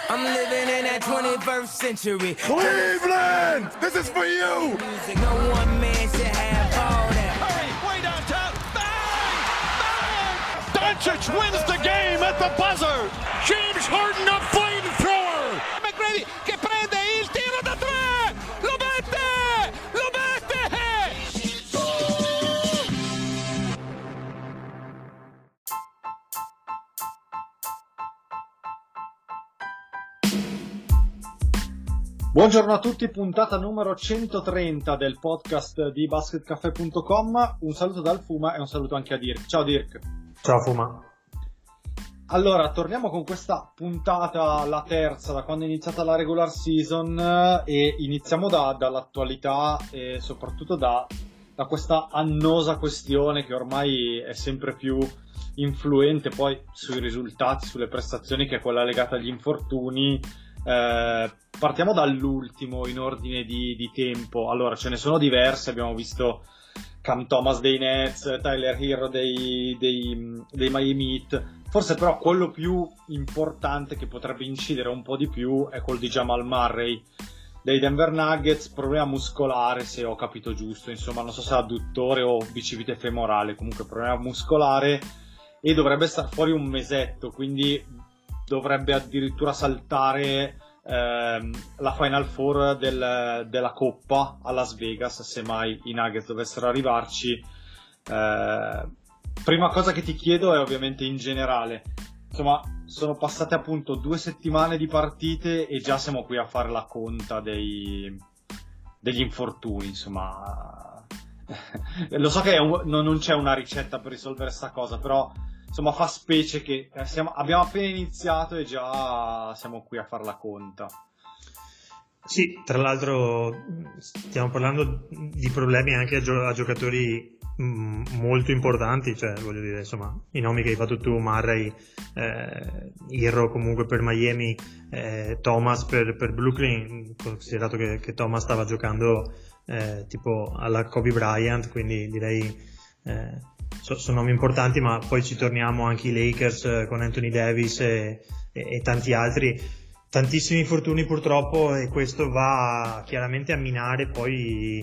I'm living in that 21st century. Cleveland, this is for you. No one man should have all that. Hurry, way downtown. Bang! Bang! Doncic wins the game at the buzzer. James Harden, a flamethrower. McGrady che prende il tiro da tre. Lo mette! Lo mette! Buongiorno a tutti, puntata numero 130 del podcast di basketcafe.com. Un saluto dal Fuma e un saluto anche a Dirk. Ciao Dirk. Ciao Fuma. Allora, torniamo con questa puntata, la terza, da quando è iniziata la regular season, e iniziamo dall'attualità e soprattutto da questa annosa questione che ormai è sempre più influente poi sui risultati, sulle prestazioni, che è quella legata agli infortuni. Partiamo dall'ultimo in ordine di tempo. Allora, ce ne sono diversi. Abbiamo visto Cam Thomas dei Nets, Tyler Hero dei Miami Heat. Forse però quello più importante, che potrebbe incidere un po' di più, è quello di Jamal Murray dei Denver Nuggets. Problema muscolare, se ho capito giusto, insomma non so se è adduttore o bicipite femorale, comunque problema muscolare, e dovrebbe stare fuori un mesetto, quindi dovrebbe addirittura saltare la Final Four della Coppa a Las Vegas, se mai i Nuggets dovessero arrivarci. Prima cosa che ti chiedo è ovviamente in generale, insomma, sono passate appunto 2 settimane di partite e già siamo qui a fare la conta degli infortuni, insomma. Lo so che non c'è una ricetta per risolvere sta cosa, però insomma fa specie che abbiamo appena iniziato e già siamo qui a far la conta. Sì, tra l'altro stiamo parlando di problemi anche a giocatori molto importanti, cioè voglio dire, insomma, i nomi che hai fatto tu, Murray, Hero comunque per Miami, Thomas per Brooklyn, considerato che Thomas stava giocando tipo alla Kobe Bryant, quindi direi sono nomi importanti, ma poi ci torniamo anche i Lakers con Anthony Davis e tanti altri, tantissimi infortuni purtroppo, e questo va chiaramente a minare poi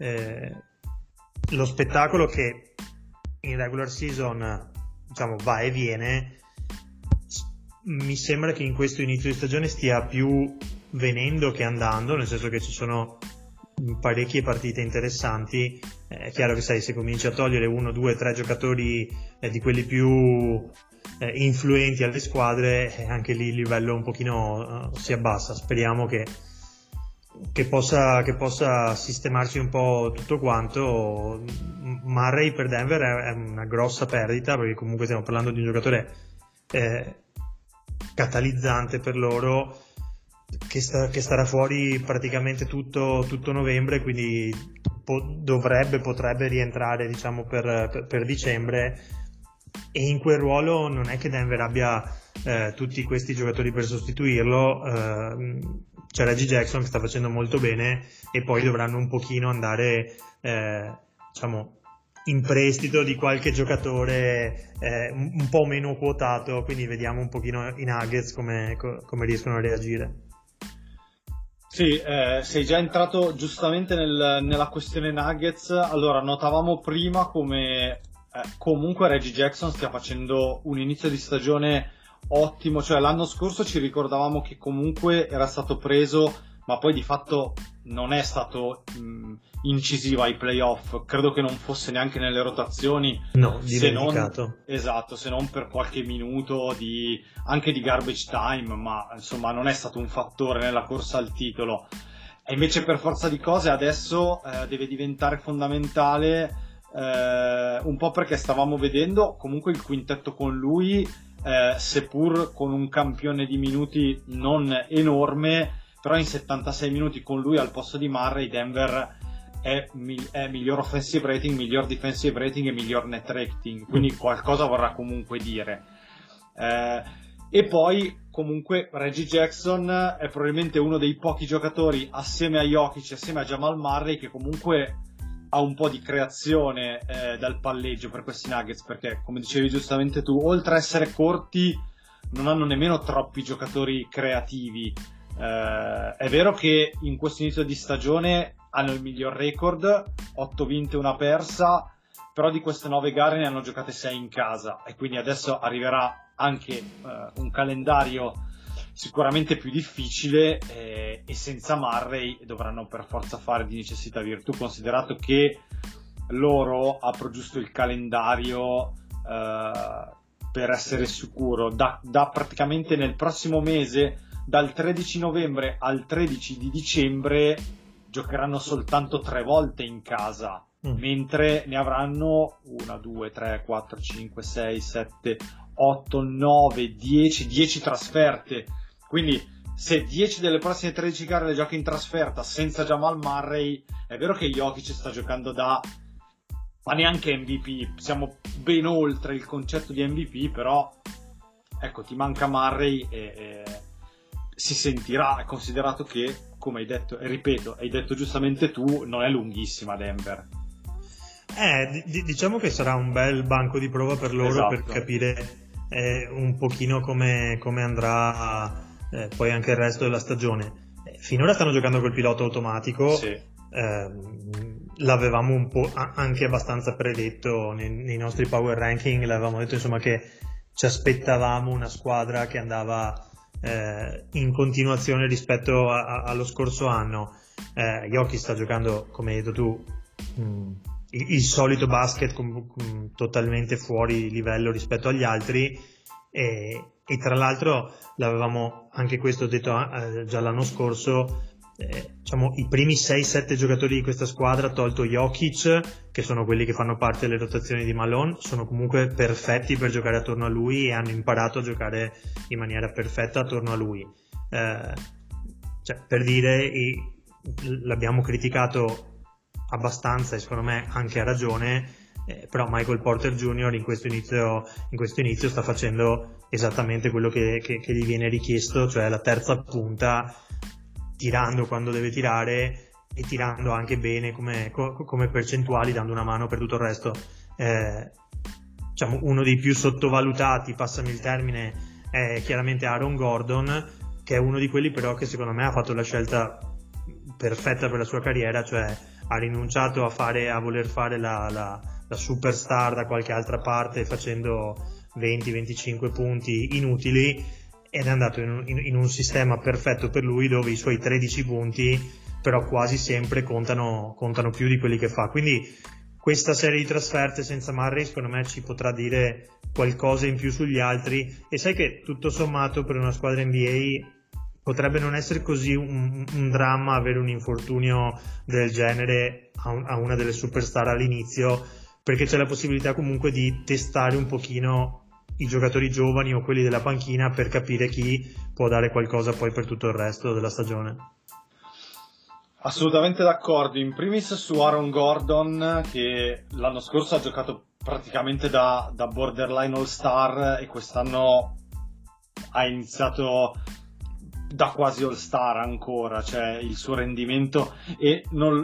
lo spettacolo che in regular season, diciamo, va e viene. Mi sembra che in questo inizio di stagione stia più venendo che andando, nel senso che ci sono parecchie partite interessanti. È chiaro che, sai, se cominci a togliere 1, 2, 3 giocatori di quelli più influenti alle squadre, anche lì il livello un pochino si abbassa. Speriamo che possa sistemarci un po' tutto quanto. Murray per Denver è una grossa perdita, perché comunque stiamo parlando di un giocatore catalizzante per loro, che starà fuori praticamente tutto novembre, quindi potrebbe rientrare, diciamo, per dicembre, e in quel ruolo non è che Denver abbia tutti questi giocatori per sostituirlo. C'è Reggie Jackson che sta facendo molto bene, e poi dovranno un pochino andare diciamo in prestito di qualche giocatore un po' meno quotato, quindi vediamo un pochino i Nuggets come riescono a reagire. Sì, sei già entrato giustamente nella questione Nuggets. Allora, notavamo prima come comunque Reggie Jackson stia facendo un inizio di stagione ottimo, cioè l'anno scorso ci ricordavamo che comunque era stato preso, ma poi di fatto non è stato incisivo ai playoff. Credo che non fosse neanche nelle rotazioni, no, dimenticato. Esatto, se non per qualche minuto anche di garbage time, ma insomma non è stato un fattore nella corsa al titolo. E invece per forza di cose adesso deve diventare fondamentale, un po' perché stavamo vedendo comunque il quintetto con lui, seppur con un campione di minuti non enorme, però in 76 minuti con lui al posto di Murray Denver è miglior offensive rating, miglior defensive rating e miglior net rating, quindi qualcosa vorrà comunque dire. E poi comunque Reggie Jackson è probabilmente uno dei pochi giocatori, assieme a Jokic, assieme a Jamal Murray, che comunque ha un po' di creazione dal palleggio per questi Nuggets, perché come dicevi giustamente tu, oltre a essere corti non hanno nemmeno troppi giocatori creativi. È vero che in questo inizio di stagione hanno il miglior record, 8 vinte, 1 persa, però di queste 9 gare ne hanno giocate 6 in casa, e quindi adesso arriverà anche un calendario sicuramente più difficile, e senza Murray dovranno per forza fare di necessità virtù, considerato che loro apro giusto il calendario per essere sicuro, da praticamente nel prossimo mese, dal 13 novembre al 13 di dicembre giocheranno soltanto 3 volte in casa, mentre ne avranno 1, 2, 3, 4, 5, 6, 7, 8, 9, 10 trasferte. Quindi se 10 delle prossime 13 gare le giochi in trasferta senza Jamal Murray, è vero che Jokic sta giocando ma neanche MVP, siamo ben oltre il concetto di MVP, però ecco, ti manca Murray e si sentirà, considerato che, come hai detto, e ripeto, hai detto giustamente tu, non è lunghissima Denver. Diciamo che sarà un bel banco di prova per loro, esatto, per capire un pochino come andrà poi anche il resto della stagione. Finora stanno giocando col pilota automatico, sì. L'avevamo un po' anche abbastanza predetto nei nostri power ranking, l'avevamo detto insomma che ci aspettavamo una squadra che andava in continuazione rispetto allo scorso anno. Jokic sta giocando, come hai detto tu, il solito basket totalmente fuori livello rispetto agli altri, e tra l'altro l'avevamo anche questo detto già l'anno scorso, diciamo i primi 6-7 giocatori di questa squadra, tolto Jokic, che sono quelli che fanno parte delle rotazioni di Malone, sono comunque perfetti per giocare attorno a lui e hanno imparato a giocare in maniera perfetta attorno a lui. Cioè, per dire, l'abbiamo criticato abbastanza e secondo me anche a ragione, però Michael Porter Jr. in questo inizio sta facendo esattamente quello che gli viene richiesto, cioè la terza punta, tirando quando deve tirare e tirando anche bene come percentuali, dando una mano per tutto il resto. Diciamo, uno dei più sottovalutati, passami il termine, è chiaramente Aaron Gordon, che è uno di quelli però che secondo me ha fatto la scelta perfetta per la sua carriera, cioè ha rinunciato a voler fare la superstar da qualche altra parte facendo 20-25 punti inutili, ed è andato in un sistema perfetto per lui, dove i suoi 13 punti però quasi sempre contano più di quelli che fa. Quindi questa serie di trasferte senza Murray secondo me ci potrà dire qualcosa in più sugli altri, e sai che tutto sommato per una squadra NBA potrebbe non essere così un dramma avere un infortunio del genere a una delle superstar all'inizio, perché c'è la possibilità comunque di testare un pochino i giocatori giovani o quelli della panchina per capire chi può dare qualcosa poi per tutto il resto della stagione. Assolutamente d'accordo, in primis su Aaron Gordon, che l'anno scorso ha giocato praticamente da borderline all-star e quest'anno ha iniziato da quasi all-star ancora, cioè il suo rendimento, e non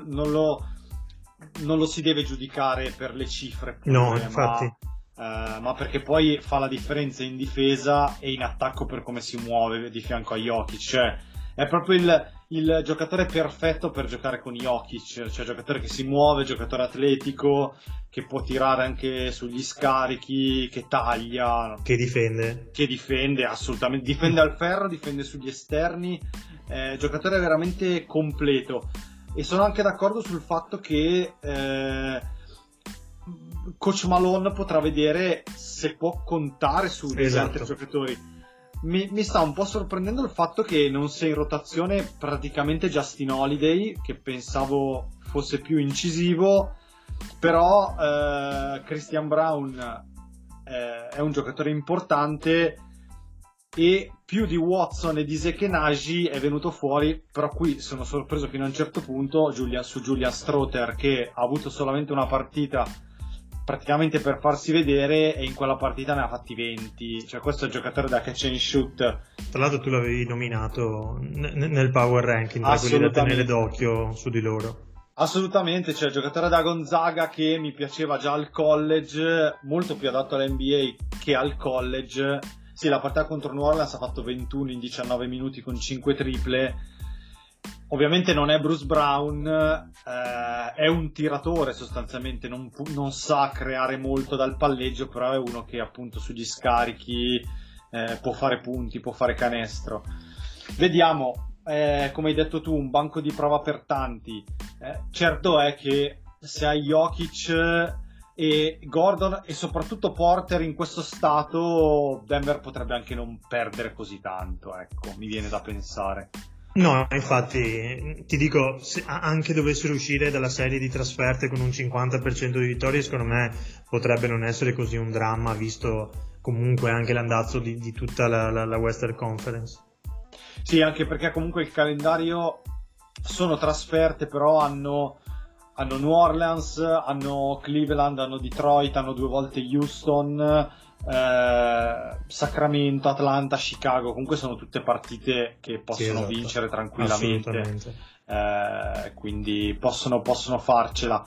lo si deve giudicare per le cifre pure, no, infatti. Ma perché poi fa la differenza in difesa e in attacco per come si muove di fianco a Jokic, cioè è proprio il giocatore perfetto per giocare con Jokic, cioè giocatore che si muove, giocatore atletico, che può tirare anche sugli scarichi, che taglia, che difende assolutamente, difende al ferro, difende sugli esterni, giocatore veramente completo. E sono anche d'accordo sul fatto che Coach Malone potrà vedere se può contare su degli altri giocatori. Mi sta un po' sorprendendo il fatto che non sia in rotazione praticamente Justin Holiday, che pensavo fosse più incisivo, però Christian Braun è un giocatore importante, e più di Watson e di Zekenaji è venuto fuori, però qui sono sorpreso fino a un certo punto su Julian Strouter, che ha avuto solamente una partita praticamente per farsi vedere, e in quella partita ne ha fatti 20, cioè questo è il giocatore da catch and shoot. Tra l'altro tu l'avevi nominato nel power ranking, tra quelli da tenere d'occhio su di loro. Assolutamente, cioè il giocatore da Gonzaga che mi piaceva già al college, molto più adatto all'NBA che al college, Sì, la partita contro New Orleans ha fatto 21 in 19 minuti con 5 triple. Ovviamente non è Bruce Brown, è un tiratore sostanzialmente, non sa creare molto dal palleggio, però è uno che appunto sugli scarichi può fare punti, può fare canestro. Vediamo, come hai detto tu, un banco di prova per tanti. Certo è che se hai Jokic e Gordon e soprattutto Porter in questo stato, Denver potrebbe anche non perdere così tanto, ecco, mi viene da pensare. No, infatti ti dico, se anche dovessero uscire dalla serie di trasferte con un 50% di vittorie, secondo me potrebbe non essere così un dramma, visto comunque anche l'andazzo di tutta la Western Conference. Sì, anche perché comunque il calendario sono trasferte, però hanno New Orleans, hanno Cleveland, hanno Detroit, hanno 2 volte Houston, Sacramento, Atlanta, Chicago. Comunque sono tutte partite che possono vincere tranquillamente, quindi possono farcela.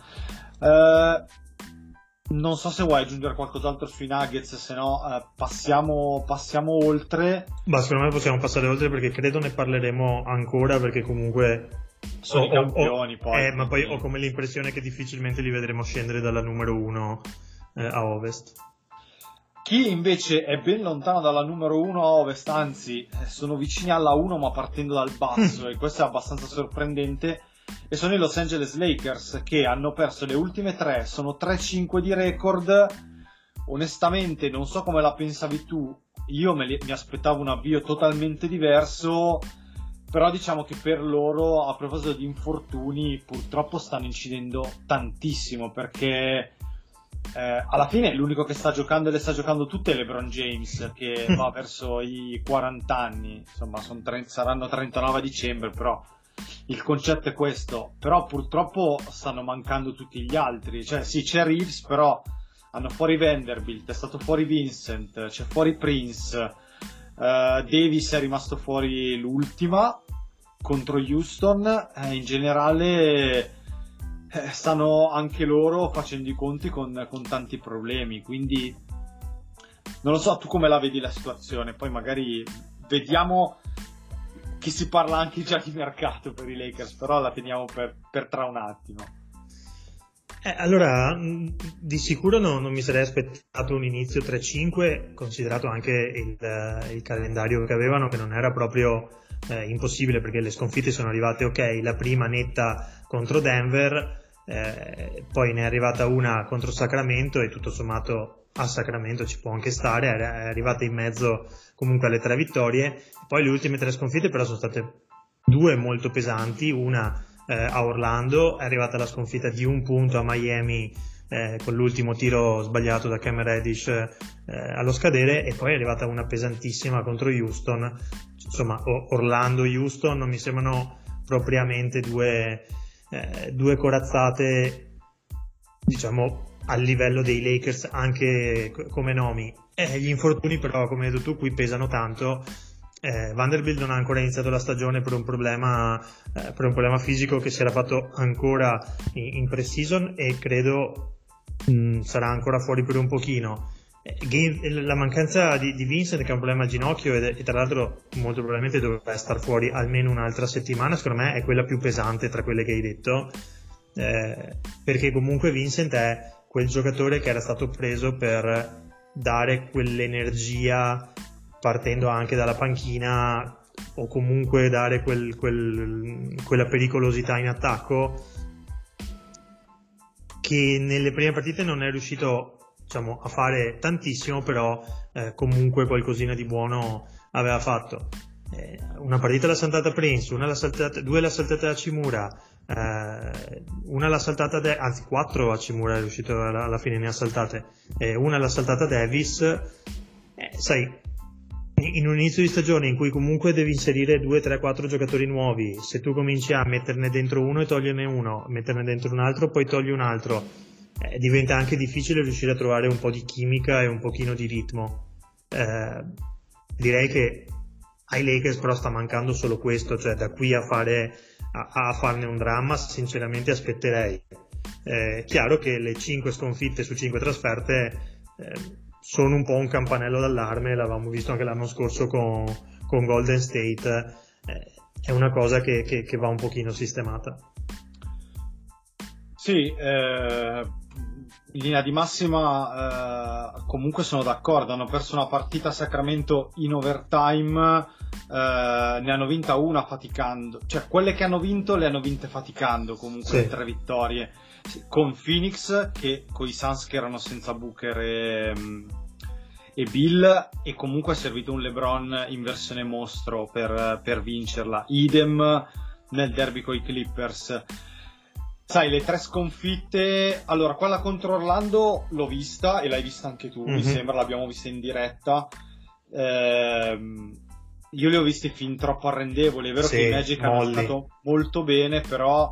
Non so se vuoi aggiungere qualcos'altro sui Nuggets, se no passiamo oltre. Ma secondo me possiamo passare oltre, perché credo ne parleremo ancora, perché comunque sono i campioni poi. Ma poi ho come l'impressione che difficilmente li vedremo scendere dalla numero 1 a Ovest. Chi invece è ben lontano dalla numero 1 a Ovest, anzi sono vicini alla 1 ma partendo dal basso, e questo è abbastanza sorprendente, e sono i Los Angeles Lakers, che hanno perso le ultime 3, sono 3-5 di record. Onestamente non so come la pensavi tu, io mi aspettavo un avvio totalmente diverso, però diciamo che per loro, a proposito di infortuni, purtroppo stanno incidendo tantissimo, perché alla fine l'unico che sta giocando e le sta giocando tutte è LeBron James, che va verso i 40 anni, insomma saranno 39 a dicembre, però il concetto è questo. Però purtroppo stanno mancando tutti gli altri, cioè sì, c'è Reeves, però hanno fuori Vanderbilt, è stato fuori Vincent, c'è fuori Prince, Davis è rimasto fuori l'ultima contro Houston, in generale stanno anche loro facendo i conti con tanti problemi, quindi non lo so, tu come la vedi la situazione? Poi magari vediamo che si parla anche già di mercato per i Lakers, però la teniamo per tra un attimo. Allora, di sicuro non mi sarei aspettato un inizio 3-5, considerato anche il calendario che avevano, che non era proprio impossibile, perché le sconfitte sono arrivate, ok, la prima netta contro Denver, poi ne è arrivata una contro Sacramento, e tutto sommato a Sacramento ci può anche stare, è arrivata in mezzo comunque alle 3 vittorie. Poi le ultime 3 sconfitte però sono state 2 molto pesanti, una a Orlando, è arrivata la sconfitta di 1 punto a Miami con l'ultimo tiro sbagliato da Cam Reddish allo scadere, e poi è arrivata una pesantissima contro Houston. Insomma, Orlando-Houston non mi sembrano propriamente due corazzate, diciamo, al livello dei Lakers, anche come nomi. Gli infortuni però, come hai detto tu, qui pesano tanto. Vanderbilt non ha ancora iniziato la stagione per un problema fisico che si era fatto ancora in pre-season, e credo sarà ancora fuori per un pochino. La mancanza di Vincent, che è un problema al ginocchio, e tra l'altro molto probabilmente dovrà star fuori almeno un'altra settimana, secondo me è quella più pesante tra quelle che hai detto, perché comunque Vincent è quel giocatore che era stato preso per dare quell'energia partendo anche dalla panchina, o comunque dare quella pericolosità in attacco, che nelle prime partite non è riuscito, diciamo, a fare tantissimo, però comunque qualcosina di buono aveva fatto. Una partita l'ha saltata Prince, 2 l'ha saltata Hachimura, una l'ha saltata anzi 4 Hachimura è riuscito alla fine, ne ha saltate, una l'ha saltata Davis. Sai, in un inizio di stagione in cui comunque devi inserire 2, 3, 4 giocatori nuovi, se tu cominci a metterne dentro uno e toglierne uno, metterne dentro un altro, poi togli un altro, diventa anche difficile riuscire a trovare un po' di chimica e un pochino di ritmo. Direi che ai Lakers però sta mancando solo questo, cioè da qui a farne un dramma sinceramente aspetterei. Chiaro che le 5 sconfitte su 5 trasferte sono un po' un campanello d'allarme, l'avevamo visto anche l'anno scorso con Golden State, è una cosa che va un pochino sistemata. Sì, in linea di massima comunque sono d'accordo, hanno perso una partita a Sacramento in overtime, ne hanno vinta una faticando, cioè quelle che hanno vinto le hanno vinte faticando comunque, sì. Le 3 vittorie, con Phoenix che con i Suns che erano senza Booker e Bill, e comunque è servito un LeBron in versione mostro per vincerla, idem nel derby con i Clippers. Sai, le 3 sconfitte, allora quella contro Orlando l'ho vista e l'hai vista anche tu, mi sembra, l'abbiamo vista in diretta. Io li ho visti fin troppo arrendevoli, è vero, sì, che i Magic hanno giocato molto bene, però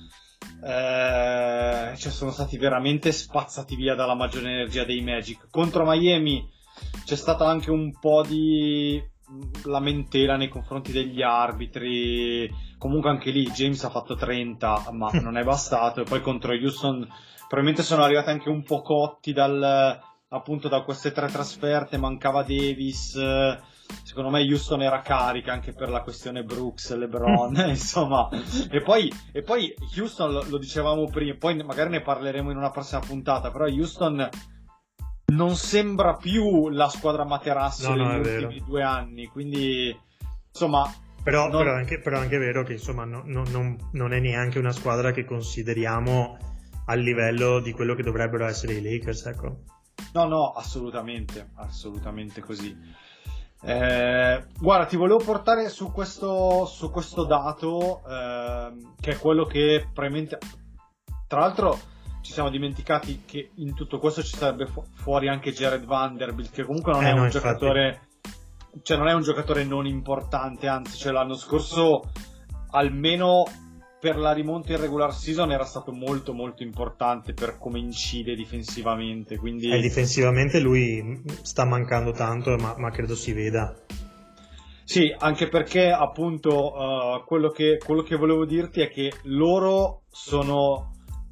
sono stati veramente spazzati via dalla maggiore energia dei Magic. Contro Miami c'è stata anche un po' di lamentela nei confronti degli arbitri, comunque anche lì James ha fatto 30 ma non è bastato, e poi contro Houston probabilmente sono arrivati anche un po' cotti appunto da queste 3 trasferte, mancava Davis, secondo me Houston era carica anche per la questione Brooks, LeBron, insomma, e poi Houston lo dicevamo prima, poi magari ne parleremo in una prossima puntata, però Houston non sembra più la squadra Materasso negli ultimi 2 anni, quindi insomma però è anche vero che insomma non è neanche una squadra che consideriamo al livello di quello che dovrebbero essere i Lakers, ecco. No, assolutamente così. Guarda, ti volevo portare su questo dato che è quello che probabilmente, tra l'altro ci siamo dimenticati che in tutto questo ci sarebbe fuori anche Jared Vanderbilt, che comunque non è un giocatore, cioè non è un giocatore non importante, anzi, cioè l'anno scorso almeno per la rimonta in regular season era stato molto molto importante per come incide difensivamente, quindi difensivamente lui sta mancando tanto, ma credo si veda. Sì, anche perché appunto quello che volevo dirti è che loro sono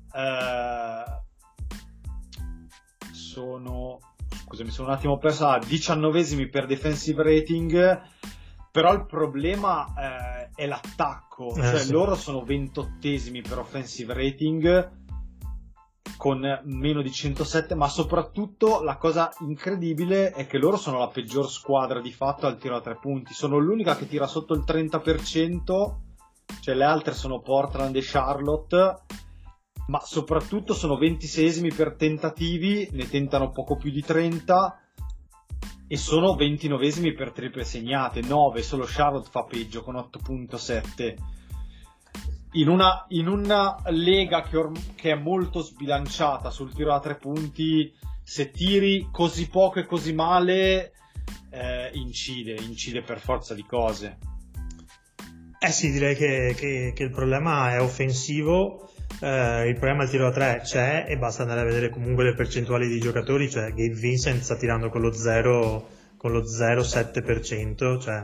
scusami, sono un attimo perso, 19esimi per defensive rating, però il problema è l'attacco, cioè sì. Loro sono 28esimi per offensive rating con meno di 107, ma soprattutto la cosa incredibile è che loro sono la peggior squadra di fatto al tiro a 3 punti, sono l'unica che tira sotto il 30%, cioè le altre sono Portland e Charlotte, ma soprattutto sono 26esimi per tentativi, ne tentano poco più di 30, e sono 29esimi per triple segnate, 9, solo Charlotte fa peggio con 8.7. In una lega che è molto sbilanciata sul tiro a 3 punti, se tiri così poco e così male incide per forza di cose. Sì, direi che il problema è offensivo. Il problema al tiro a 3 c'è, e basta andare a vedere comunque le percentuali di giocatori, cioè Gabe Vincent sta tirando con lo 0,7%, cioè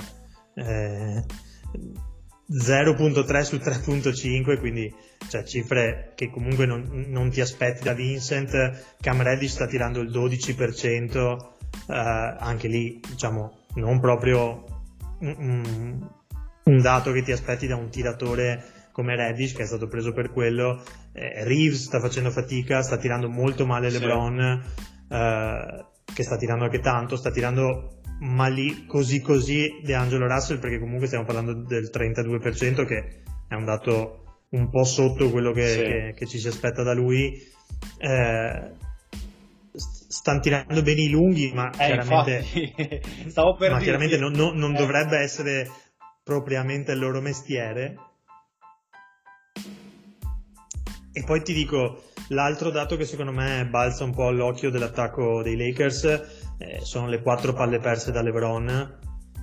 0.3 su 3.5, quindi cioè cifre che comunque non ti aspetti da Vincent. Cam Reddish sta tirando il 12%, anche lì diciamo non proprio un dato che ti aspetti da un tiratore come Reddish, che è stato preso per quello. Reeves sta facendo fatica, sta tirando molto male LeBron, che sta tirando anche tanto, sta tirando mali così DeAngelo Russell, perché comunque stiamo parlando del 32%, che è un dato un po' sotto quello che ci si aspetta da lui. Stanno tirando bene i lunghi, ma chiaramente, stavo per ma chiaramente non dovrebbe essere propriamente il loro mestiere. E poi ti dico, l'altro dato che secondo me balza un po' all'occhio dell'attacco dei Lakers sono le 4 palle perse da LeBron.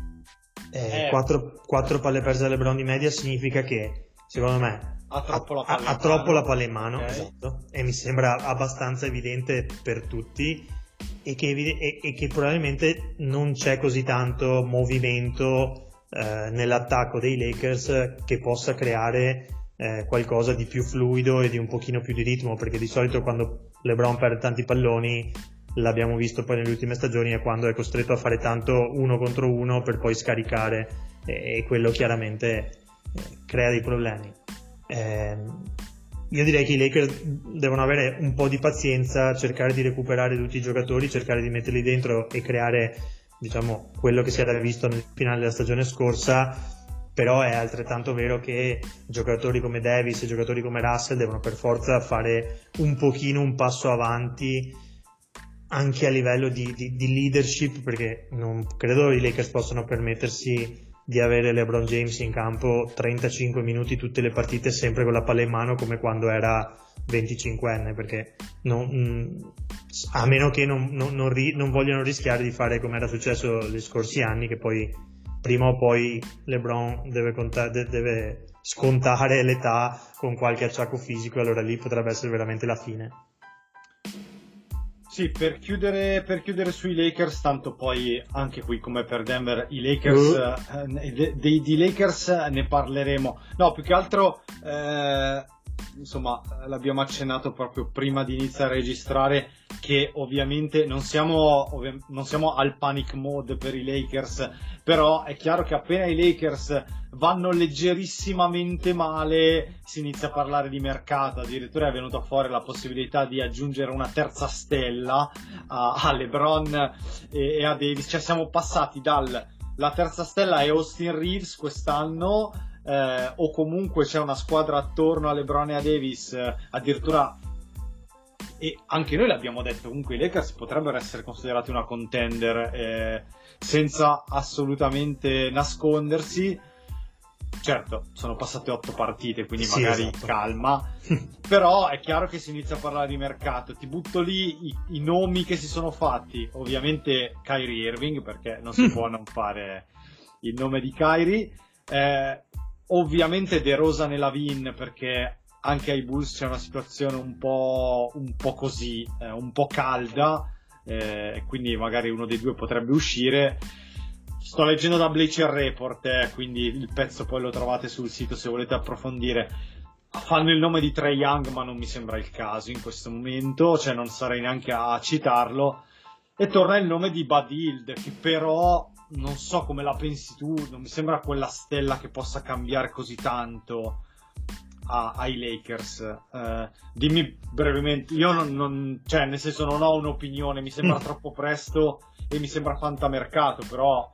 4 palle perse da LeBron di media significa che, secondo me, ha troppo la palla in mano, okay. Esatto, e mi sembra abbastanza evidente per tutti, e che probabilmente non c'è così tanto movimento nell'attacco dei Lakers che possa creare qualcosa di più fluido e di un pochino più di ritmo, perché di solito quando LeBron perde tanti palloni l'abbiamo visto poi nelle ultime stagioni, è quando è costretto a fare tanto 1 contro 1 per poi scaricare, e quello chiaramente crea dei problemi. Io direi che i Lakers devono avere un po' di pazienza, cercare di recuperare tutti i giocatori, cercare di metterli dentro e creare, diciamo, quello che si era visto nel finale della stagione scorsa. Però è altrettanto vero che giocatori come Davis e giocatori come Russell devono per forza fare un pochino un passo avanti anche a livello di leadership, perché non credo i Lakers possano permettersi di avere LeBron James in campo 35 minuti tutte le partite sempre con la palla in mano come quando era 25enne, perché a meno che non vogliono rischiare di fare come era successo gli scorsi anni, che poi prima o poi LeBron deve scontare l'età con qualche acciacco fisico, e allora lì potrebbe essere veramente la fine. Sì, per chiudere sui Lakers, tanto poi anche qui come per Denver i Lakers, di Lakers ne parleremo. No, più che altro insomma l'abbiamo accennato proprio prima di iniziare a registrare, che ovviamente non siamo al panic mode per i Lakers, però è chiaro che appena i Lakers vanno leggerissimamente male si inizia a parlare di mercato. Addirittura è venuta fuori la possibilità di aggiungere una terza stella a LeBron e a Davis, cioè siamo passati la terza stella è Austin Reeves quest'anno, o comunque c'è una squadra attorno a LeBron e a Davis, addirittura, e anche noi l'abbiamo detto, comunque i Lakers potrebbero essere considerati una contender, senza assolutamente nascondersi. Certo, sono passate 8 partite, quindi sì, magari esatto. Calma, però è chiaro che si inizia a parlare di mercato. Ti butto lì i nomi che si sono fatti, ovviamente Kyrie Irving, perché non si può non fare il nome di Kyrie, ovviamente DeRozan e Lavin, perché anche ai Bulls c'è una situazione un po' così, un po' calda, quindi magari uno dei due potrebbe uscire. Sto leggendo da Bleacher Report, quindi il pezzo poi lo trovate sul sito se volete approfondire. Fanno il nome di Trae Young, ma non mi sembra il caso in questo momento, cioè non sarei neanche a citarlo. E torna il nome di Bud Hield, che però non so come la pensi tu, non mi sembra quella stella che possa cambiare così tanto ai Lakers. Dimmi brevemente, io non cioè nel senso non ho un'opinione, mi sembra troppo presto e mi sembra fantamercato, però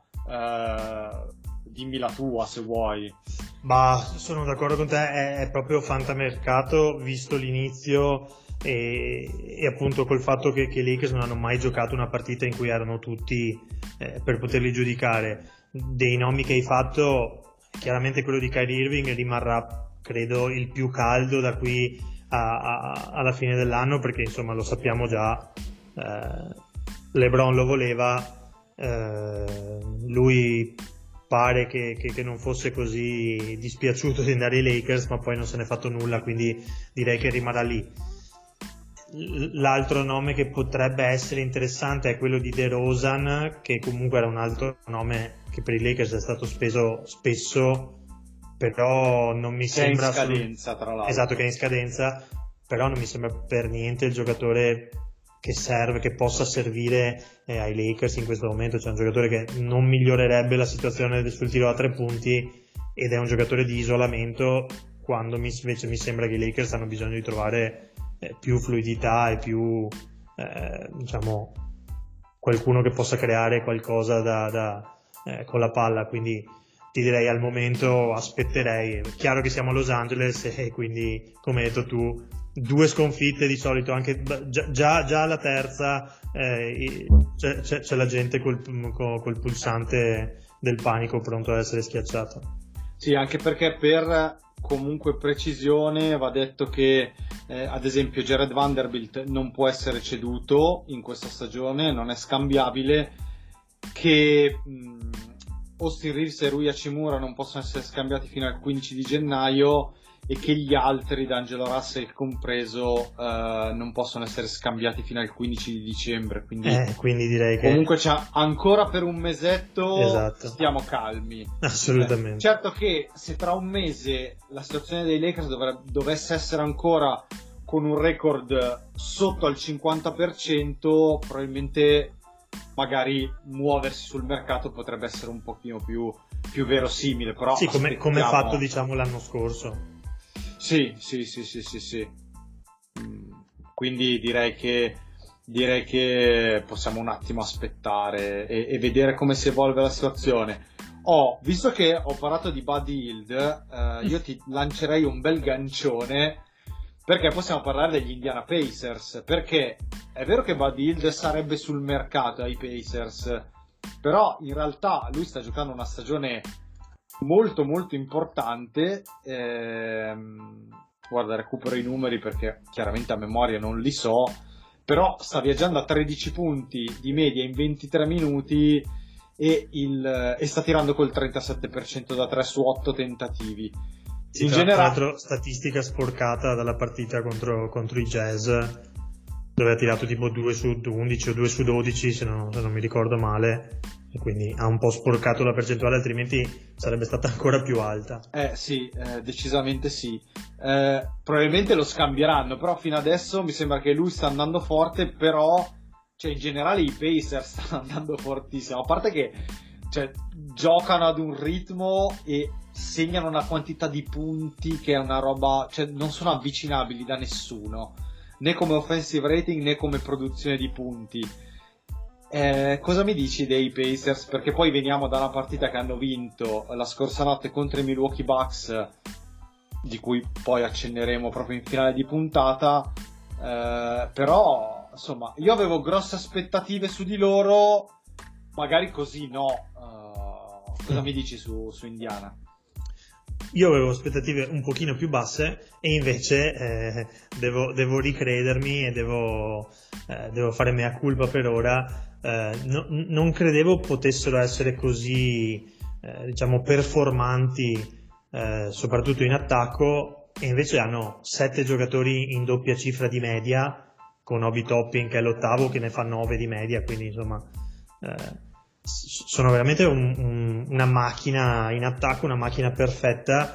dimmi la tua se vuoi. Ma sono d'accordo con te, è proprio fantamercato visto l'inizio e appunto col fatto che i Lakers non hanno mai giocato una partita in cui erano tutti per poterli giudicare. Dei nomi che hai fatto, chiaramente quello di Kyrie Irving rimarrà credo il più caldo da qui alla fine dell'anno, perché insomma lo sappiamo già, LeBron lo voleva, lui pare che non fosse così dispiaciuto di andare ai Lakers, ma poi non se n'è fatto nulla, quindi direi che rimarrà lì. L'altro nome che potrebbe essere interessante è quello di DeRozan, che comunque era un altro nome che per i Lakers è stato speso spesso, però non mi sembra in scadenza, tra l'altro. Esatto, che è in scadenza, però non mi sembra per niente il giocatore che serve, che possa servire ai Lakers in questo momento. C'è un giocatore che non migliorerebbe la situazione sul tiro a 3 punti ed è un giocatore di isolamento, quando invece mi sembra che i Lakers hanno bisogno di trovare più fluidità e più diciamo qualcuno che possa creare qualcosa con la palla. Quindi ti direi al momento aspetterei. È chiaro che siamo a Los Angeles e quindi, come hai detto tu, 2 sconfitte di solito, anche già alla terza c'è la gente col pulsante del panico pronto ad essere schiacciato. Sì, anche perché per comunque precisione va detto che ad esempio Jared Vanderbilt non può essere ceduto in questa stagione, non è scambiabile, che Austin Reeves e Rui Hachimura non possono essere scambiati fino al 15 di gennaio e che gli altri, D'Angelo Russell compreso, non possono essere scambiati fino al 15 di dicembre, quindi direi che comunque c'è ancora per un mesetto. Esatto. Stiamo calmi, assolutamente. Certo che se tra un mese la situazione dei Lakers dovesse essere ancora con un record sotto al 50%, probabilmente magari muoversi sul mercato potrebbe essere un pochino più verosimile, però sì, come fatto diciamo l'anno scorso. Sì. Quindi direi che possiamo un attimo aspettare e vedere come si evolve la situazione. Visto che ho parlato di Buddy Hield, io ti lancerei un bel gancione, perché possiamo parlare degli Indiana Pacers, perché è vero che Buddy Hield sarebbe sul mercato ai Pacers, però in realtà lui sta giocando una stagione molto molto importante. Guarda, recupero i numeri perché chiaramente a memoria non li so, però sta viaggiando a 13 punti di media in 23 minuti e sta tirando col 37% da 3 su 8 tentativi. Sì, tra l'altro statistica sporcata dalla partita contro i Jazz, dove ha tirato tipo 2 su 11 o 2 su 12 se non mi ricordo male, e quindi ha un po' sporcato la percentuale, altrimenti sarebbe stata ancora più alta. Sì, decisamente sì. Probabilmente lo scambieranno, però fino adesso mi sembra che lui sta andando forte, però in generale i Pacers stanno andando fortissimo, a parte che giocano ad un ritmo e segnano una quantità di punti che è una roba, non sono avvicinabili da nessuno, né come offensive rating né come produzione di punti. Cosa mi dici dei Pacers? Perché poi veniamo da una partita che hanno vinto la scorsa notte contro i Milwaukee Bucks, di cui poi accenneremo proprio in finale di puntata, però insomma io avevo grosse aspettative su di loro, magari così no. Cosa mi dici su Indiana? Io avevo aspettative un pochino più basse e invece devo ricredermi e devo fare mea culpa per ora. Non credevo potessero essere così diciamo performanti, soprattutto in attacco, e invece hanno 7 giocatori in doppia cifra di media, con Obi Toppin che è l'8º che ne fa 9 di media, quindi insomma sono veramente una macchina in attacco, una macchina perfetta.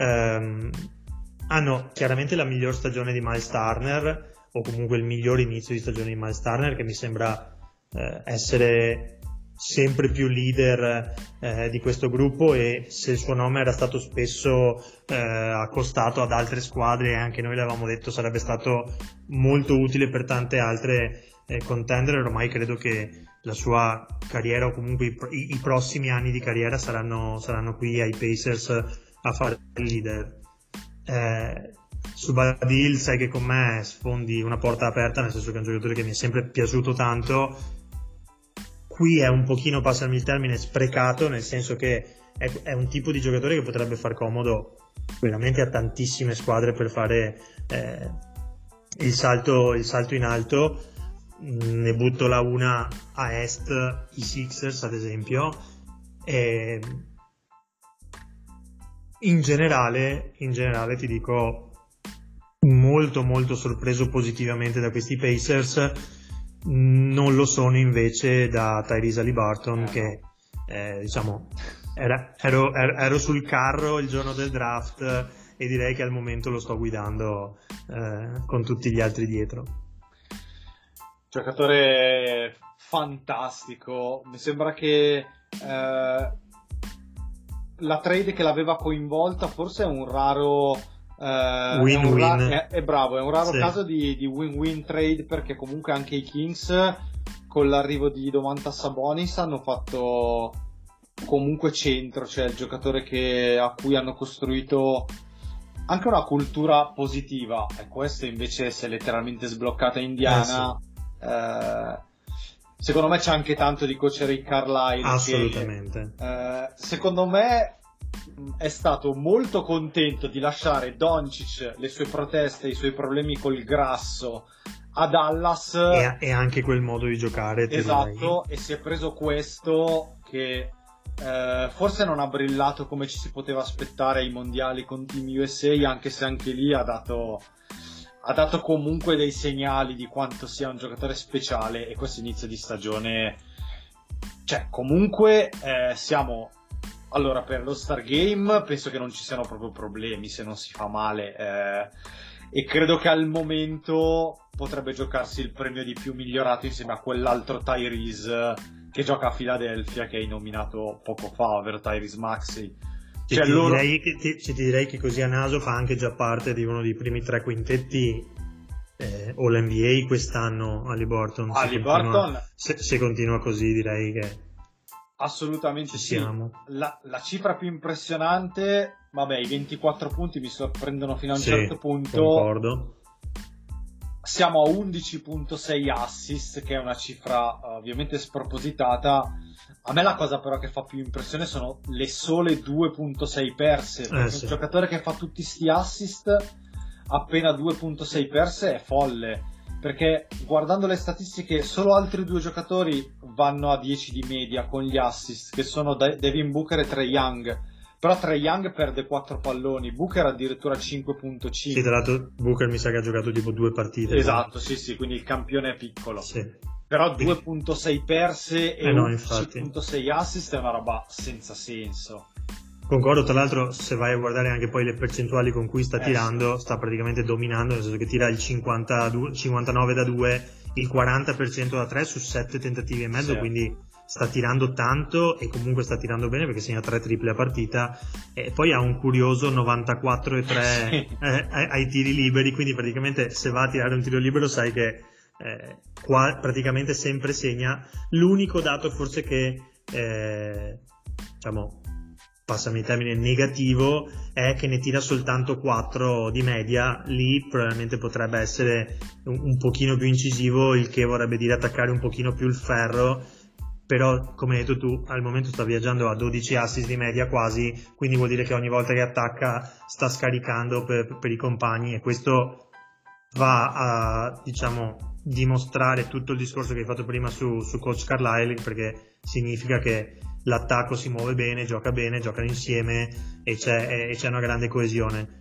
Hanno chiaramente la miglior stagione di Miles Turner, o comunque il miglior inizio di stagione di Miles Turner, che mi sembra essere sempre più leader di questo gruppo, e se il suo nome era stato spesso accostato ad altre squadre, e anche noi l'avevamo detto sarebbe stato molto utile per tante altre contender, ormai credo che la sua carriera, o comunque i prossimi anni di carriera saranno qui ai Pacers a fare il leader. Su Buddy Hield sai che con me sfondi una porta aperta, nel senso che è un giocatore che mi è sempre piaciuto tanto. Qui è un pochino, passami il termine, sprecato, nel senso che è un tipo di giocatore che potrebbe far comodo veramente a tantissime squadre per fare il salto in alto. Ne butto la una a est, i Sixers ad esempio, e in generale ti dico molto molto sorpreso positivamente da questi Pacers. Non lo sono invece da Tyrese Haliburton, che diciamo ero sul carro il giorno del draft e direi che al momento lo sto guidando con tutti gli altri dietro. Giocatore fantastico, mi sembra che la trade che l'aveva coinvolta forse è un raro win-win, è bravo, è un raro sì, caso di win-win trade, perché comunque anche i Kings con l'arrivo di Domantas Sabonis hanno fatto comunque centro, cioè il giocatore a cui hanno costruito anche una cultura positiva, e questo invece si è letteralmente sbloccata Indiana. Sì. Secondo me c'è anche tanto di coach Rick Carlisle, assolutamente, che secondo me è stato molto contento di lasciare Doncic, le sue proteste, i suoi problemi col grasso a Dallas, e anche quel modo di giocare, esatto, e si è preso questo che forse non ha brillato come ci si poteva aspettare ai mondiali con Team USA, anche se anche lì ha dato comunque dei segnali di quanto sia un giocatore speciale. E questo inizio di stagione, comunque siamo, allora, per lo Star Game penso che non ci siano proprio problemi se non si fa male, e credo che al momento potrebbe giocarsi il premio di più migliorato insieme a quell'altro Tyrese che gioca a Philadelphia, che hai nominato poco fa, ovvero Tyrese Maxey. Ti direi che così a naso fa anche già parte di uno dei primi 3 quintetti All-NBA quest'anno Haliburton. Se continua così, direi che assolutamente sì. Siamo. La cifra più impressionante, vabbè, i 24 punti mi sorprendono fino a un certo punto. Concordo. Siamo a 11.6 assist, che è una cifra ovviamente spropositata. A me la cosa però che fa più impressione sono le sole 2.6 perse. Un giocatore che fa tutti sti assist, appena 2.6 perse, è folle. Perché guardando le statistiche, solo altri 2 giocatori vanno a 10 di media con gli assist, che sono Devin Booker e Trae Young. Però Trae Young perde 4 palloni, Booker addirittura 5.5. Sì, tra l'altro Booker mi sa che ha giocato tipo 2 partite. Esatto, sì, quindi il campione è piccolo. Sì. Però 2.6 perse e 11.6 assist è una roba senza senso. Concordo, tra l'altro se vai a guardare anche poi le percentuali con cui sta tirando, sta praticamente dominando, nel senso che tira il 59 da 2, il 40% da 3 su 7 tentativi e mezzo, quindi sta tirando tanto e comunque sta tirando bene perché segna 3 triple a partita, e poi ha un curioso 94,3 ai tiri liberi, quindi praticamente se va a tirare un tiro libero sai che qua praticamente sempre segna. L'unico dato forse che diciamo, passami il termine, negativo, è che ne tira soltanto 4 di media. Lì probabilmente potrebbe essere un pochino più incisivo, il che vorrebbe dire attaccare un pochino più il ferro, però come hai detto tu al momento sta viaggiando a 12 assist di media quasi, quindi vuol dire che ogni volta che attacca sta scaricando per i compagni, e questo va a, diciamo, dimostrare tutto il discorso che hai fatto prima su Coach Carlisle, perché significa che l'attacco si muove bene, giocano insieme e c'è una grande coesione.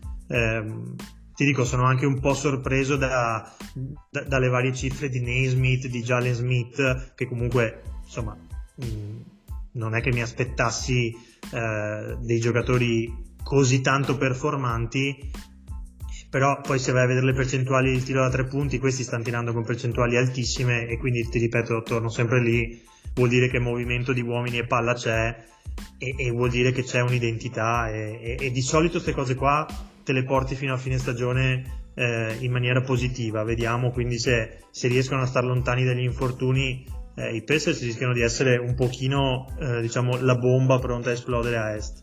Ti dico, sono anche un po' sorpreso dalle varie cifre di Naismith, di Jalen Smith, che comunque insomma non è che mi aspettassi dei giocatori così tanto performanti, però poi se vai a vedere le percentuali del tiro da 3 punti, questi stanno tirando con percentuali altissime, e quindi ti ripeto, torno sempre lì, vuol dire che movimento di uomini e palla c'è, e vuol dire che c'è un'identità, e di solito queste cose qua te le porti fino a fine stagione in maniera positiva. Vediamo quindi se riescono a star lontani dagli infortuni. I Pacers rischiano di essere un pochino diciamo la bomba pronta a esplodere a est.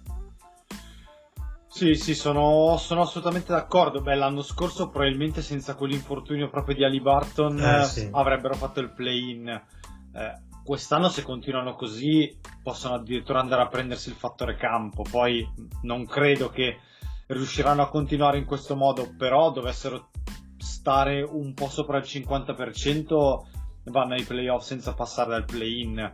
Sì, sono assolutamente d'accordo. Beh, l'anno scorso probabilmente senza quell'infortunio proprio di Haliburton avrebbero fatto il play-in. Quest'anno se continuano così possono addirittura andare a prendersi il fattore campo. Poi non credo che riusciranno a continuare in questo modo, però dovessero stare un po' sopra il 50% vanno ai playoff senza passare dal play-in.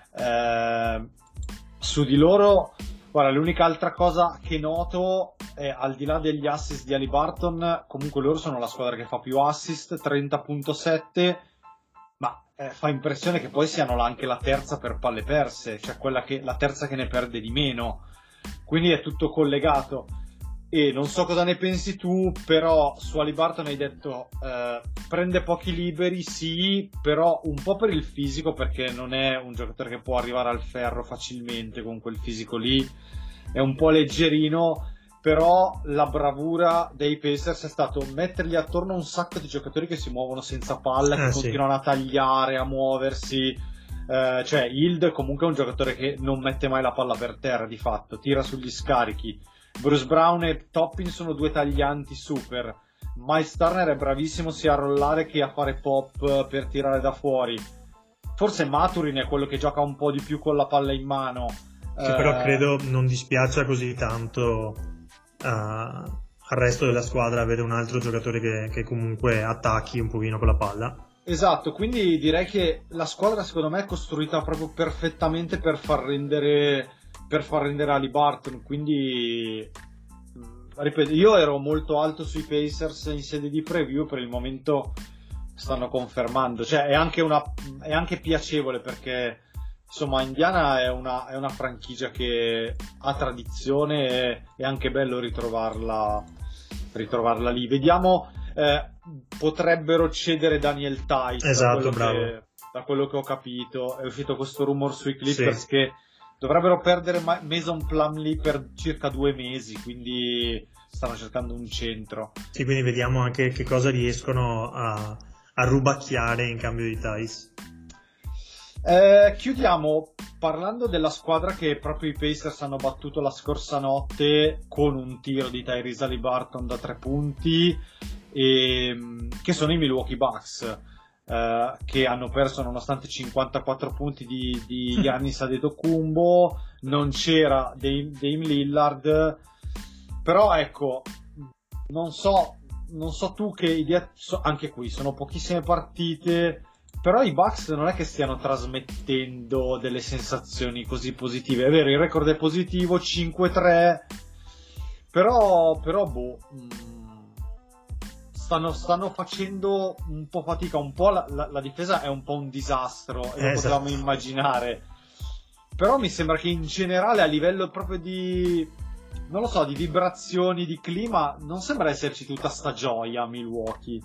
Su di loro, guarda, l'unica altra cosa che noto è, al di là degli assist di Haliburton, comunque loro sono la squadra che fa più assist, 30.7, ma fa impressione che poi siano anche la terza per palle perse, cioè la terza che ne perde di meno, quindi è tutto collegato. E non so cosa ne pensi tu, però su Haliburton hai detto prende pochi liberi, sì, però un po' per il fisico, perché non è un giocatore che può arrivare al ferro facilmente con quel fisico lì, è un po' leggerino, però la bravura dei Pacers è stato mettergli attorno un sacco di giocatori che si muovono senza palla, che continuano a tagliare, a muoversi. Cioè Hield comunque è un giocatore che non mette mai la palla per terra, di fatto tira sugli scarichi. Bruce Brown e Toppin sono 2 taglianti super. Miles Turner è bravissimo sia a rollare che a fare pop per tirare da fuori. Forse Maturin è quello che gioca un po' di più con la palla in mano. Sì, però credo non dispiaccia così tanto al resto della squadra avere un altro giocatore che comunque attacchi un pochino con la palla. Esatto, quindi direi che la squadra secondo me è costruita proprio perfettamente per far rendere Haliburton, quindi ripeto, io ero molto alto sui Pacers in sede di preview, per il momento stanno confermando, cioè è anche piacevole, perché insomma Indiana è una franchigia che ha tradizione, e è anche bello ritrovarla lì. Vediamo potrebbero cedere Daniel Tice. Esatto, bravo. Da quello che ho capito, è uscito questo rumor sui Clippers che dovrebbero perdere Mason Plumlee per circa 2 mesi, quindi stanno cercando un centro. Sì, quindi vediamo anche che cosa riescono a rubacchiare in cambio di Tice. Chiudiamo parlando della squadra che proprio i Pacers hanno battuto la scorsa notte con un tiro di Tyrese Haliburton da 3 punti, che sono i Milwaukee Bucks, che hanno perso nonostante 54 punti di Giannis Antetokounmpo. Non c'era Dame Lillard, però ecco, non so tu che idea, anche qui sono pochissime partite, però i Bucks non è che stiano trasmettendo delle sensazioni così positive. È vero, il record è positivo, 5-3, però stanno facendo un po' fatica, un po' la difesa è un po' un disastro, e lo potevamo immaginare, però mi sembra che in generale a livello proprio di, non lo so, di vibrazioni, di clima, non sembra esserci tutta sta gioia a Milwaukee.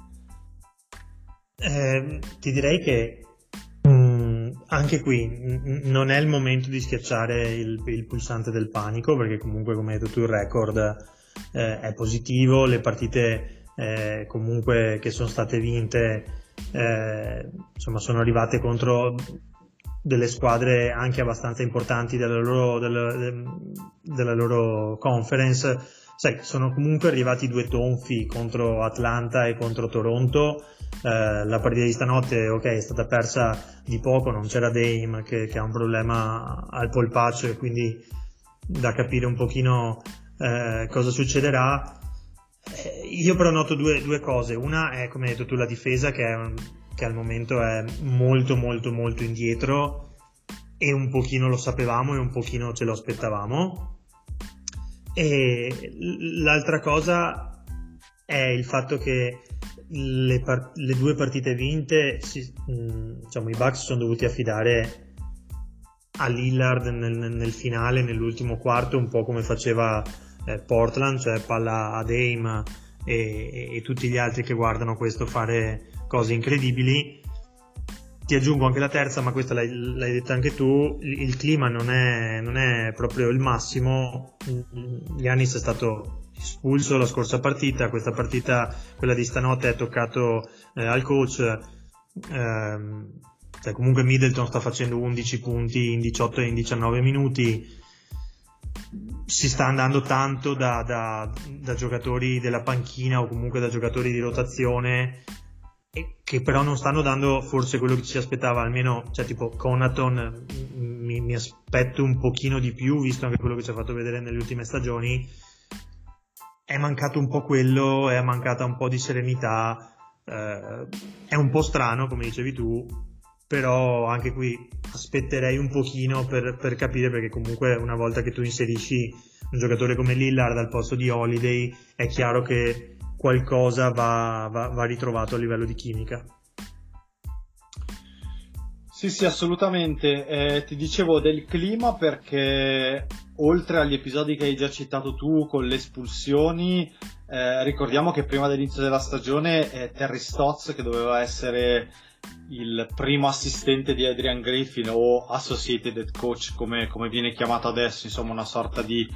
Ti direi che anche qui non è il momento di schiacciare il pulsante del panico, perché comunque, come hai detto tu, il record è positivo, le partite comunque che sono state vinte insomma sono arrivate contro delle squadre anche abbastanza importanti della loro conference. Sai, sono comunque arrivati 2 tonfi contro Atlanta e contro Toronto. La partita di stanotte, ok, è stata persa di poco, non c'era Dame che ha un problema al polpaccio, e quindi da capire un pochino cosa succederà. Io però noto due cose. Una è, come hai detto tu, la difesa che al momento è molto molto molto indietro, e un pochino lo sapevamo e un pochino ce lo aspettavamo. E l'altra cosa è il fatto che le 2 partite vinte, diciamo, i Bucks sono dovuti affidare a Lillard nel finale, nell'ultimo quarto, un po' come faceva Portland, cioè palla a Dame e tutti gli altri che guardano questo fare cose incredibili. Ti aggiungo anche la terza, ma questa l'hai detta anche tu, il clima non è proprio il massimo. Giannis è stato espulso la scorsa partita, questa partita, quella di stanotte, è toccato al coach. Cioè, comunque Middleton sta facendo 11 punti in 18 e in 19 minuti. Si sta andando tanto da giocatori della panchina o comunque da giocatori di rotazione, che però non stanno dando forse quello che ci aspettava, almeno, cioè, tipo Connaughton mi aspetto un pochino di più, visto anche quello che ci ha fatto vedere nelle ultime stagioni. È mancato un po' quello, è mancata un po' di serenità, è un po' strano, come dicevi tu, però anche qui aspetterei un pochino per capire, perché comunque una volta che tu inserisci un giocatore come Lillard al posto di Holiday, è chiaro che qualcosa va ritrovato a livello di chimica. Sì, assolutamente. Ti dicevo del clima perché, oltre agli episodi che hai già citato tu con le espulsioni, ricordiamo che prima dell'inizio della stagione Terry Stotts, che doveva essere il primo assistente di Adrian Griffin, o associated head coach come viene chiamato adesso, insomma una sorta di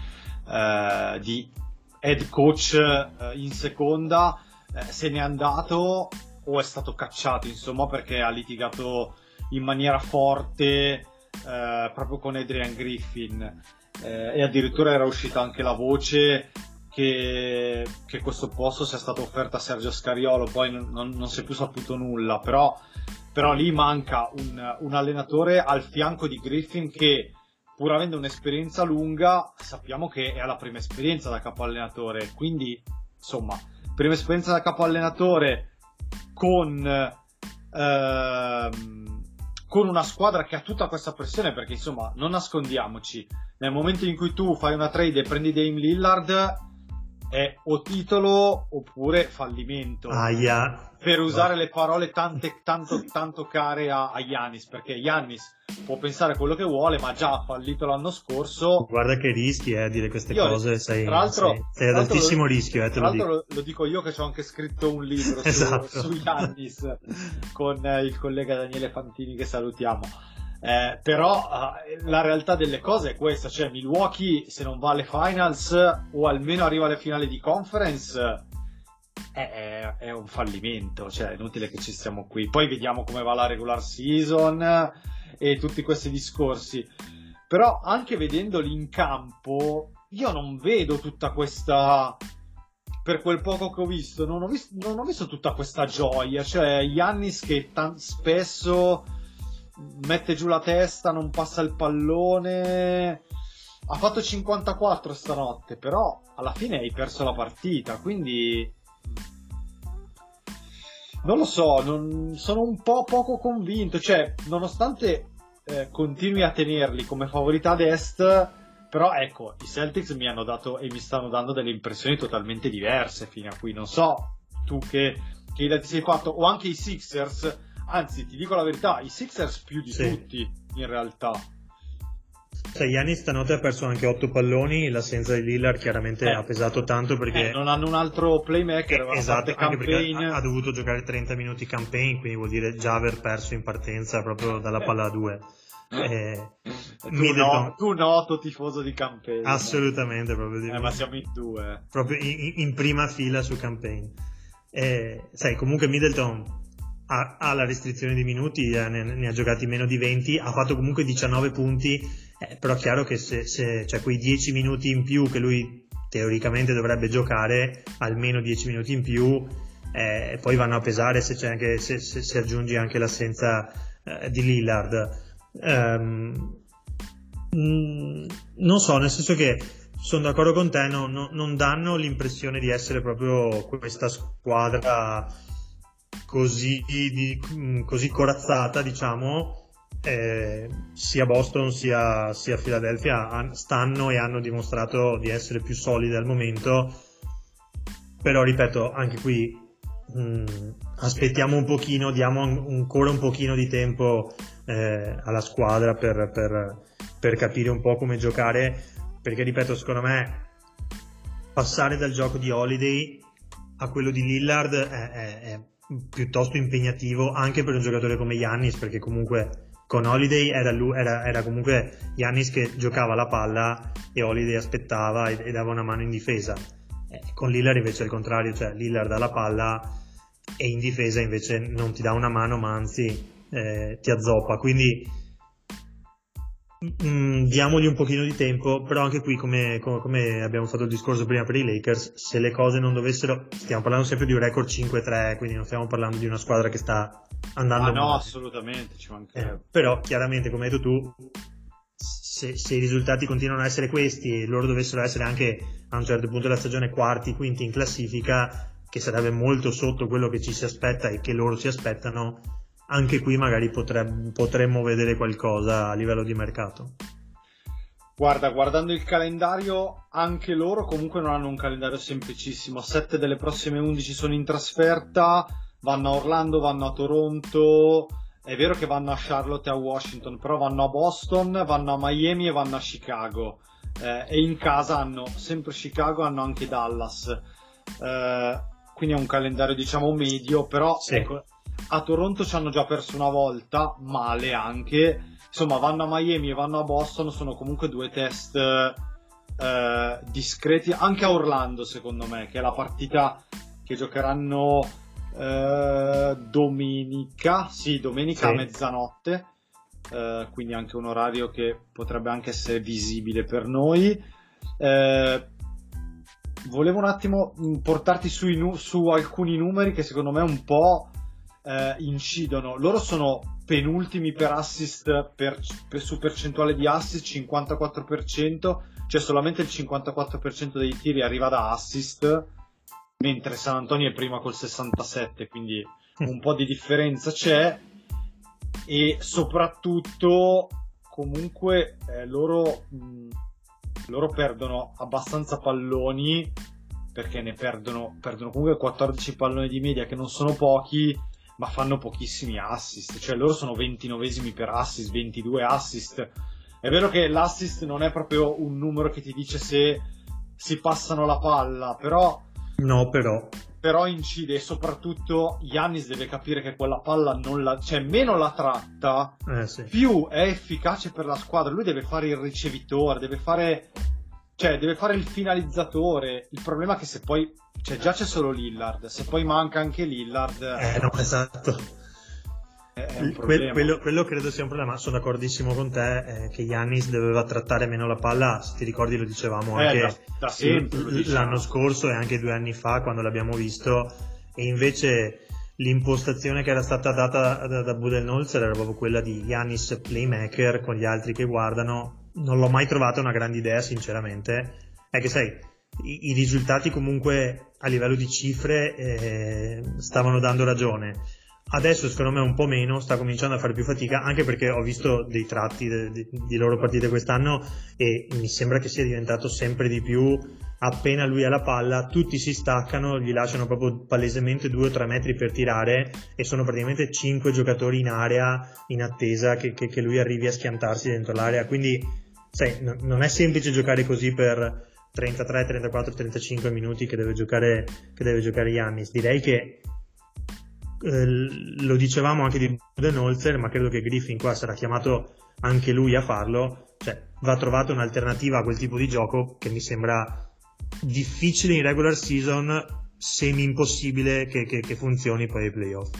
head coach in seconda, se n'è andato o è stato cacciato, insomma, perché ha litigato in maniera forte proprio con Adrian Griffin, e addirittura era uscita anche la voce che questo posto sia stato offerto a Sergio Scariolo. Poi non si è più saputo nulla, però lì manca un allenatore al fianco di Griffin che, pur avendo un'esperienza lunga, sappiamo che è alla prima esperienza da capo allenatore, quindi insomma prima esperienza da capo allenatore con una squadra che ha tutta questa pressione, perché insomma non nascondiamoci, nel momento in cui tu fai una trade e prendi Dame Lillard, è o titolo oppure fallimento. Aia. Per usare le parole tanto care a Giannis, perché Giannis può pensare quello che vuole, ma già ha fallito l'anno scorso. Guarda che rischi dire queste cose, sei ad altissimo rischio, te lo dico. Lo dico io che ci ho anche scritto un libro esatto. su Giannis con il collega Daniele Fantini, che salutiamo. Però la realtà delle cose è questa, cioè Milwaukee, se non va alle finals o almeno arriva alle finali di conference, è un fallimento, cioè è inutile che ci stiamo qui. Poi vediamo come va la regular season e tutti questi discorsi, però anche vedendoli in campo io non vedo tutta questa, per quel poco che ho visto non ho visto tutta questa gioia, cioè Giannis che spesso mette giù la testa, non passa il pallone. Ha fatto 54 stanotte, però alla fine hai perso la partita, quindi non lo so, sono un po' poco convinto, cioè nonostante continui a tenerli come favorita ad est, però ecco, i Celtics mi hanno dato e mi stanno dando delle impressioni totalmente diverse fino a qui. Non so tu che idea ti sei fatto, o anche i Sixers, anzi ti dico la verità, i Sixers più di tutti in realtà. Cioè, Giannis stanotte ha perso anche 8 palloni, l'assenza di Lillard chiaramente ha pesato tanto perché non hanno un altro playmaker, esatto, anche Campaign. perché ha dovuto giocare 30 minuti Campaign, quindi vuol dire già aver perso in partenza proprio dalla palla a 2. Tu noto tifoso di Campaign. Assolutamente, proprio ma siamo in due. Proprio in prima fila su Campaign. Sai, comunque Middleton ha la restrizione di minuti, ne ha giocati meno di 20, ha fatto comunque 19 punti, però è chiaro che se c'è quei 10 minuti in più che lui teoricamente dovrebbe giocare, almeno 10 minuti in più, poi vanno a pesare se aggiungi anche l'assenza di Lillard. Non so, nel senso che sono d'accordo con te, non danno l'impressione di essere proprio questa squadra così corazzata, diciamo. Sia Boston sia Philadelphia stanno e hanno dimostrato di essere più solide al momento, però ripeto, anche qui aspettiamo un pochino, diamo ancora un pochino di tempo alla squadra per capire un po' come giocare, perché ripeto, secondo me passare dal gioco di Holiday a quello di Lillard è piuttosto impegnativo anche per un giocatore come Giannis, perché comunque con Holiday era comunque Giannis che giocava la palla e Holiday aspettava e dava una mano in difesa. Con Lillard invece è il contrario, cioè Lillard dà la palla e in difesa invece non ti dà una mano, ma anzi ti azzoppa, quindi diamogli un pochino di tempo. Però anche qui come abbiamo fatto il discorso prima per i Lakers, se le cose non dovessero, stiamo parlando sempre di un record 5-3, quindi non stiamo parlando di una squadra che sta andando no, male. assolutamente, ci mancherebbe. Però chiaramente, come hai detto tu, se i risultati continuano a essere questi e loro dovessero essere anche a un certo punto della stagione quarti, quinti in classifica, che sarebbe molto sotto quello che ci si aspetta e che loro si aspettano, anche qui magari potremmo vedere qualcosa a livello di mercato. Guarda, guardando il calendario, anche loro comunque non hanno un calendario semplicissimo. 7 delle prossime 11 sono in trasferta, vanno a Orlando, vanno a Toronto, è vero che vanno a Charlotte e a Washington, però vanno a Boston, vanno a Miami e vanno a Chicago, e in casa hanno sempre Chicago, hanno anche Dallas, quindi è un calendario diciamo medio, però sì. Ecco, a Toronto ci hanno già perso una volta, male anche, insomma vanno a Miami e vanno a Boston, sono comunque due test discreti, anche a Orlando secondo me, che è la partita che giocheranno domenica sì. A mezzanotte, quindi anche un orario che potrebbe anche essere visibile per noi. Volevo un attimo portarti su alcuni numeri che secondo me un po' incidono. Loro sono penultimi per assist su percentuale di assist, 54%, cioè solamente il 54% dei tiri arriva da assist, mentre San Antonio è prima col 67%, quindi un po' di differenza c'è. E soprattutto comunque loro perdono abbastanza palloni, perché ne perdono comunque 14 palloni di media, che non sono pochi, ma fanno pochissimi assist, cioè loro sono 29esimi per assist, 22 assist. È vero che l'assist non è proprio un numero che ti dice se si passano la palla, però incide, e soprattutto Giannis deve capire che quella palla meno la tratta, più è efficace per la squadra. Lui deve fare il ricevitore, deve fare il finalizzatore. Il problema è che se poi già c'è solo Lillard, se poi manca anche Lillard, no, esatto, è un problema. Quello credo sia un problema. Sono d'accordissimo con te, che Giannis doveva trattare meno la palla. Se ti ricordi lo dicevamo anche da sempre, l'anno scorso e anche 2 anni fa quando l'abbiamo visto, e invece l'impostazione che era stata data da Budenholzer era proprio quella di Giannis playmaker con gli altri che guardano. Non l'ho mai trovata una grande idea, sinceramente. È che sai, i risultati comunque a livello di cifre stavano dando ragione. Adesso secondo me un po' meno, sta cominciando a fare più fatica, anche perché ho visto dei tratti di loro partite quest'anno e mi sembra che sia diventato sempre di più, appena lui ha la palla tutti si staccano, gli lasciano proprio palesemente 2 o 3 metri per tirare e sono praticamente 5 giocatori in area in attesa che lui arrivi a schiantarsi dentro l'area. Quindi sai, non è semplice giocare così per 33, 34, 35 minuti che deve giocare Giannis. Direi che lo dicevamo anche di Budenholzer, ma credo che Griffin qua sarà chiamato anche lui a farlo, cioè va trovata un'alternativa a quel tipo di gioco che mi sembra difficile in regular season, semi impossibile che funzioni poi ai playoff.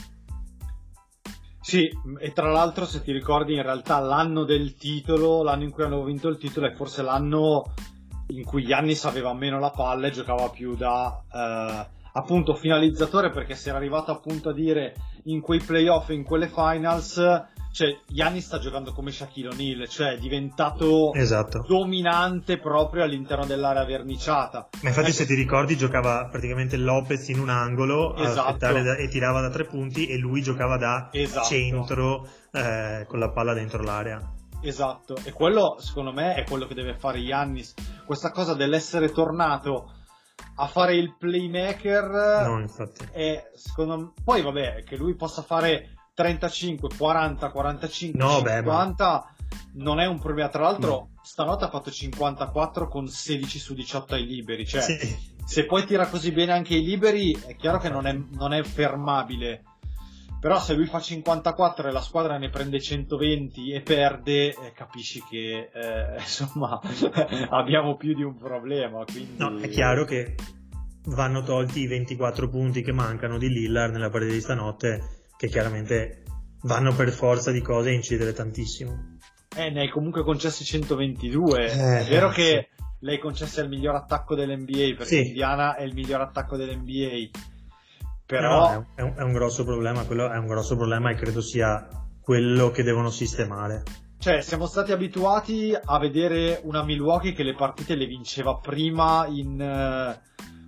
Sì, e tra l'altro se ti ricordi in realtà l'anno del titolo, l'anno in cui hanno vinto il titolo è forse l'anno in cui Giannis aveva meno la palla e giocava più da appunto finalizzatore, perché si era arrivato appunto a dire in quei playoff, in quelle finals, cioè Giannis sta giocando come Shaquille O'Neal, cioè è diventato dominante proprio all'interno dell'area verniciata. Ma infatti se ti ricordi giocava praticamente Lopez in un angolo e tirava da 3 punti e lui giocava da centro con la palla dentro l'area. Esatto, e quello secondo me è quello che deve fare Giannis, questa cosa dell'essere tornato a fare il playmaker. No, infatti. Secondo me, poi vabbè, che lui possa fare 35, 40, 45, 50 non è un problema. Tra l'altro stanotte ha fatto 54 con 16 su 18 ai liberi, cioè se poi tira così bene anche ai liberi è chiaro che non è fermabile. Però se lui fa 54 e la squadra ne prende 120 e perde, capisci che insomma abbiamo più di un problema. Quindi... No, è chiaro che vanno tolti i 24 punti che mancano di Lillard nella partita di stanotte, che chiaramente vanno per forza di cose a incidere tantissimo. Ne hai comunque concessi 122. È vero che le hai concesse al miglior attacco dell'NBA, perché Indiana è il miglior attacco dell'NBA. Però no, è un grosso problema, quello è un grosso problema e credo sia quello che devono sistemare. Cioè, siamo stati abituati a vedere una Milwaukee che le partite le vinceva prima in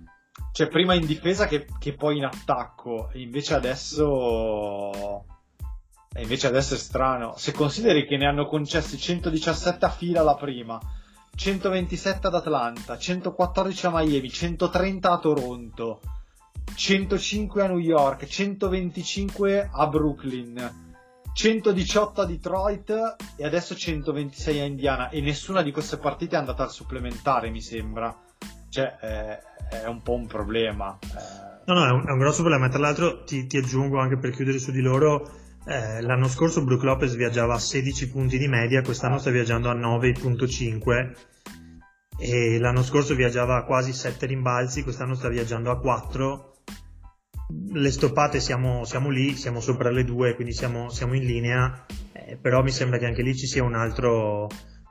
difesa che poi in attacco, e invece adesso è strano. Se consideri che ne hanno concessi 117 a fila la prima, 127 ad Atlanta, 114 a Miami, 130 a Toronto, 105 a New York, 125 a Brooklyn, 118 a Detroit e adesso 126 a Indiana, e nessuna di queste partite è andata al supplementare, mi sembra. Cioè è un po' un problema. No, è un grosso problema. Tra l'altro ti aggiungo, anche per chiudere su di loro, l'anno scorso Brook Lopez viaggiava a 16 punti di media, quest'anno sta viaggiando a 9,5, e l'anno scorso viaggiava a quasi 7 rimbalzi, quest'anno sta viaggiando a 4. Le stoppate siamo lì, siamo sopra le 2, quindi siamo in linea, però mi sembra che anche lì ci sia un altro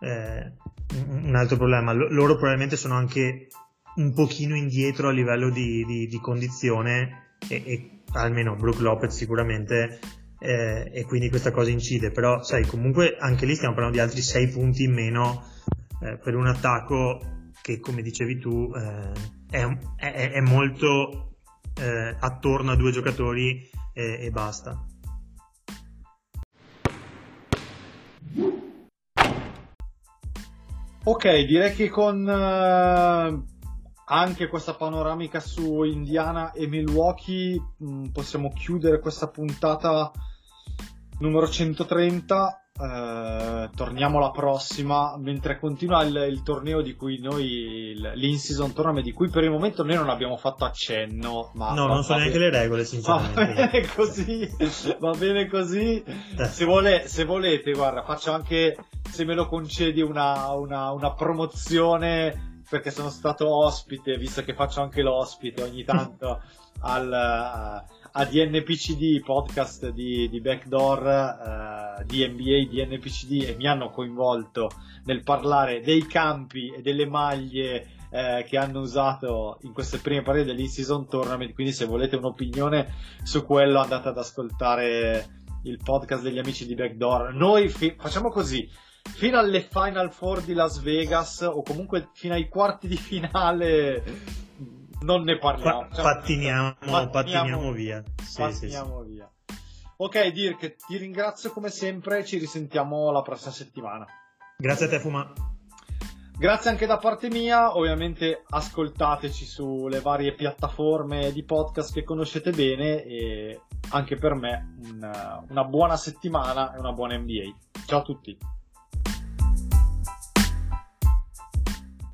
problema. Loro probabilmente sono anche un pochino indietro a livello di condizione, e almeno Brook Lopez sicuramente, e quindi questa cosa incide. Però sai, comunque anche lì stiamo parlando di altri 6 punti in meno per un attacco che, come dicevi tu, è molto attorno a 2 giocatori e basta. Ok, direi che con anche questa panoramica su Indiana e Milwaukee. Possiamo chiudere questa puntata numero 130. Torniamo la prossima, mentre continua il torneo di cui noi, l'in-season tournament, di cui per il momento noi non abbiamo fatto accenno, ma no, non so neanche le regole, sinceramente. Va bene così. Se volete, guarda, faccio anche, se me lo concedi, una promozione, perché sono stato ospite, visto che faccio anche l'ospite ogni tanto a DNPCD, podcast di Backdoor, di NBA, di NPCD, e mi hanno coinvolto nel parlare dei campi e delle maglie che hanno usato in queste prime partite dell'in-season tournament. Quindi se volete un'opinione su quello, andate ad ascoltare il podcast degli amici di Backdoor. Noi facciamo così: fino alle Final Four di Las Vegas, o comunque fino ai quarti di finale, non ne parliamo. Pattiniamo via. Pattiniamo via. Ok, Dirk, ti ringrazio come sempre, ci risentiamo la prossima settimana. Grazie a te, Fuma. Grazie anche da parte mia. Ovviamente ascoltateci sulle varie piattaforme di podcast che conoscete bene, e anche per me una buona settimana e una buona NBA. Ciao a tutti.